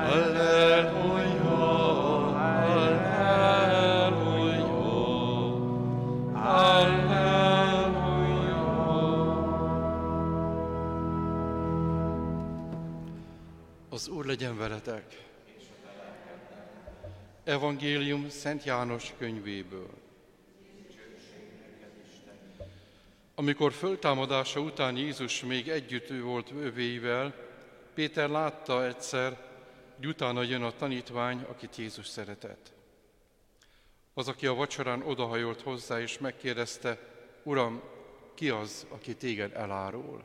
Halleluja, halleluja, halleluja. Az Úr legyen veletek. Evangélium Szent János könyvéből. Amikor föltámadása után Jézus még együtt volt övéivel, Péter látta egyszer, hogy utána jön a tanítvány, akit Jézus szeretett. Az, aki a vacsorán odahajolt hozzá, és megkérdezte, Uram, ki az, aki téged elárul?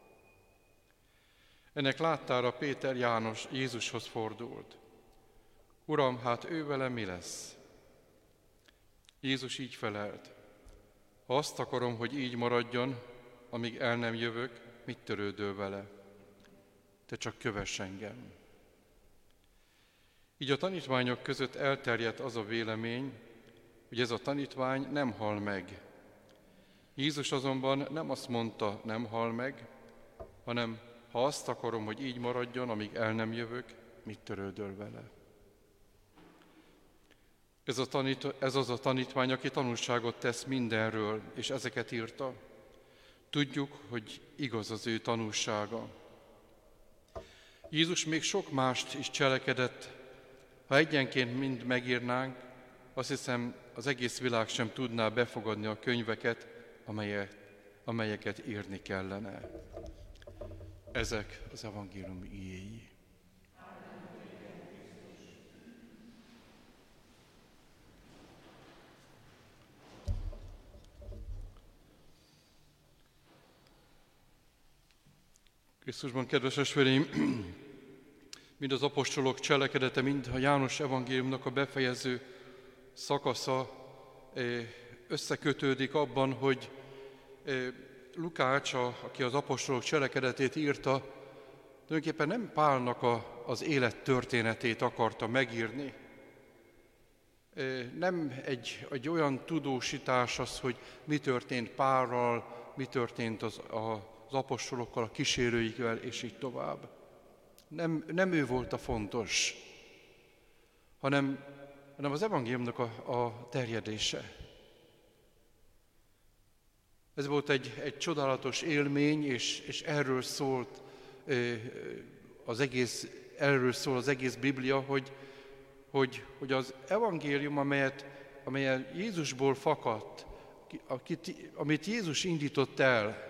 Ennek láttára Péter Jézushoz fordult. Uram, hát ő vele mi lesz? Jézus így felelt. Ha azt akarom, hogy így maradjon, amíg el nem jövök, mit törődöl vele? Te csak kövess engem. Így a tanítványok között elterjedt az a vélemény, hogy ez a tanítvány nem hal meg. Jézus azonban nem azt mondta, nem hal meg, hanem ha azt akarom, hogy így maradjon, amíg el nem jövök, mit törődöl vele? Ez az a tanítvány, aki tanulságot tesz mindenről, és ezeket írta. Tudjuk, hogy igaz az ő tanulsága. Jézus még sok mást is cselekedett. Ha egyenként mind megírnánk, azt hiszem, az egész világ sem tudná befogadni a könyveket, amelyeket írni kellene. Ezek az evangélium igéi. Krisztusban, kedves testvéreim, mind az apostolok cselekedete, mind a János evangéliumnak a befejező szakasza összekötődik abban, hogy Lukács, aki az apostolok cselekedetét írta, tulajdonképpen nem Pálnak az élet történetét akarta megírni. Nem egy olyan tudósítás az, hogy mi történt Pállal, mi történt az apostolokkal, a kísérőikkel, és így tovább. Nem ő volt a fontos, hanem az evangéliumnak a terjedése. Ez volt egy csodálatos élmény, és erről szól az egész Biblia, hogy az evangélium, amelyet Jézusból fakadt, amit Jézus indított el,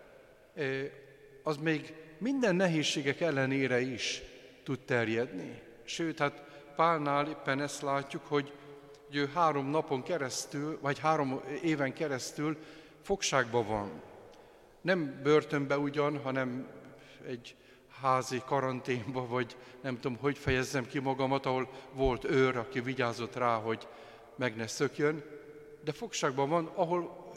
az még minden nehézségek ellenére is tud terjedni. Sőt, hát Pálnál éppen ezt látjuk, hogy ő 3 napon keresztül, vagy 3 éven keresztül fogságban van. Nem börtönbe ugyan, hanem egy házi karanténba, vagy nem tudom, hogy fejezzem ki magamat, ahol volt őr, aki vigyázott rá, hogy meg ne szökjön, de fogságban van, ahol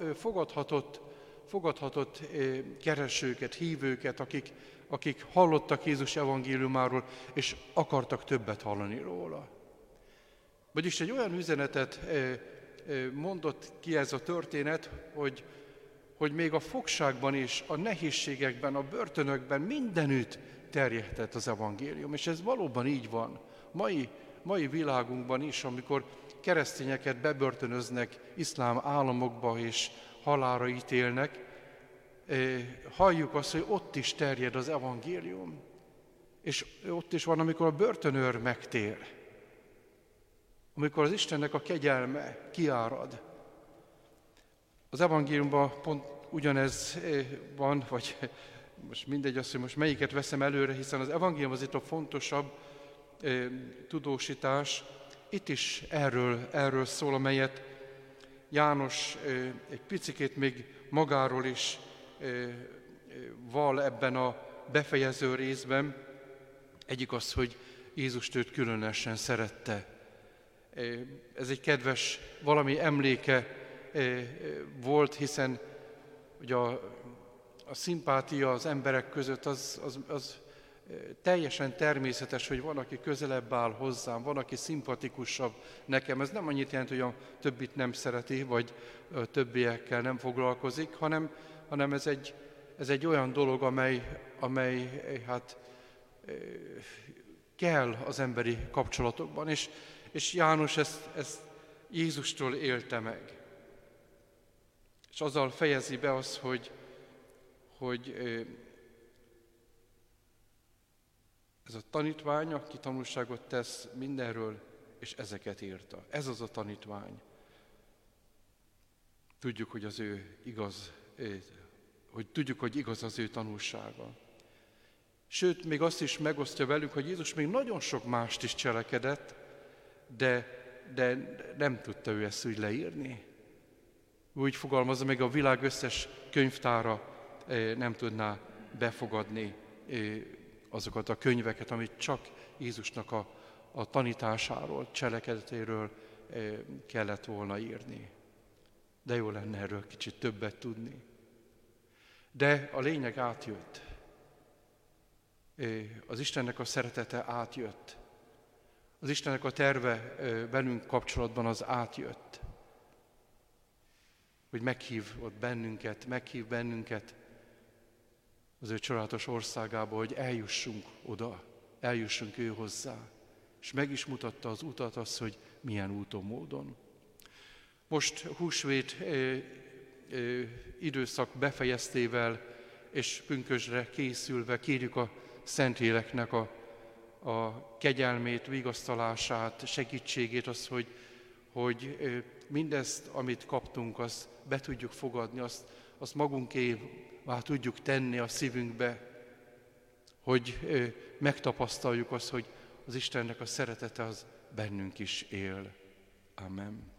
fogadhatott keresőket, hívőket, akik hallottak Jézus evangéliumáról, és akartak többet hallani róla. Vagyis egy olyan üzenetet mondott ki ez a történet, hogy még a fogságban és a nehézségekben, a börtönökben mindenütt terjedhet az evangélium. És ez valóban így van. Mai világunkban is, amikor keresztényeket bebörtönöznek iszlám államokba és halálra ítélnek, halljuk azt, hogy ott is terjed az evangélium. És ott is van, amikor a börtönőr megtér. Amikor az Istennek a kegyelme kiárad. Az evangéliumban pont ugyanez van, vagy most mindegy az, hogy most melyiket veszem előre, hiszen az evangélium az itt a fontosabb tudósítás. Itt is erről szól, amelyet János egy picikét még magáról is val ebben a befejező részben. Egyik az, hogy Jézust őt különösen szerette. Ez egy kedves valami emléke volt, hiszen ugye a szimpátia az emberek között az teljesen természetes, hogy van, aki közelebb áll hozzám, van, aki szimpatikusabb nekem. Ez nem annyit jelent, hogy a többit nem szereti, vagy a többiekkel nem foglalkozik, hanem ez egy olyan dolog, amely hát kell az emberi kapcsolatokban, és János ezt Jézustól élte meg. És azzal fejezi be azt, hogy ez a tanítvány, aki tanulságot tesz mindenről, és ezeket írta. Ez az a tanítvány. Tudjuk, hogy az ő igaz, hogy igaz az ő tanulsága. Sőt, még azt is megosztja velünk, hogy Jézus még nagyon sok mást is cselekedett, de nem tudta ő ezt úgy leírni. Úgy fogalmazza, meg a világ összes könyvtára nem tudná befogadni azokat a könyveket, amit csak Jézusnak a tanításáról, cselekedetéről kellett volna írni. De jó lenne erről kicsit többet tudni. De a lényeg átjött. Az Istennek a szeretete átjött. Az Istennek a terve velünk kapcsolatban az átjött. Hogy meghív bennünket az ő csodálatos országába, hogy eljussunk oda, eljussunk ő hozzá. És meg is mutatta az utat, az, hogy milyen úton, módon. Most húsvét időszak befejeztével és pünkösdre készülve kérjük a Szentléleknek a kegyelmét, vigasztalását, segítségét, az, hogy mindezt, amit kaptunk, azt be tudjuk fogadni, azt magunkévá tudjuk tenni a szívünkbe, hogy megtapasztaljuk azt, hogy az Istennek a szeretete az bennünk is él. Amen.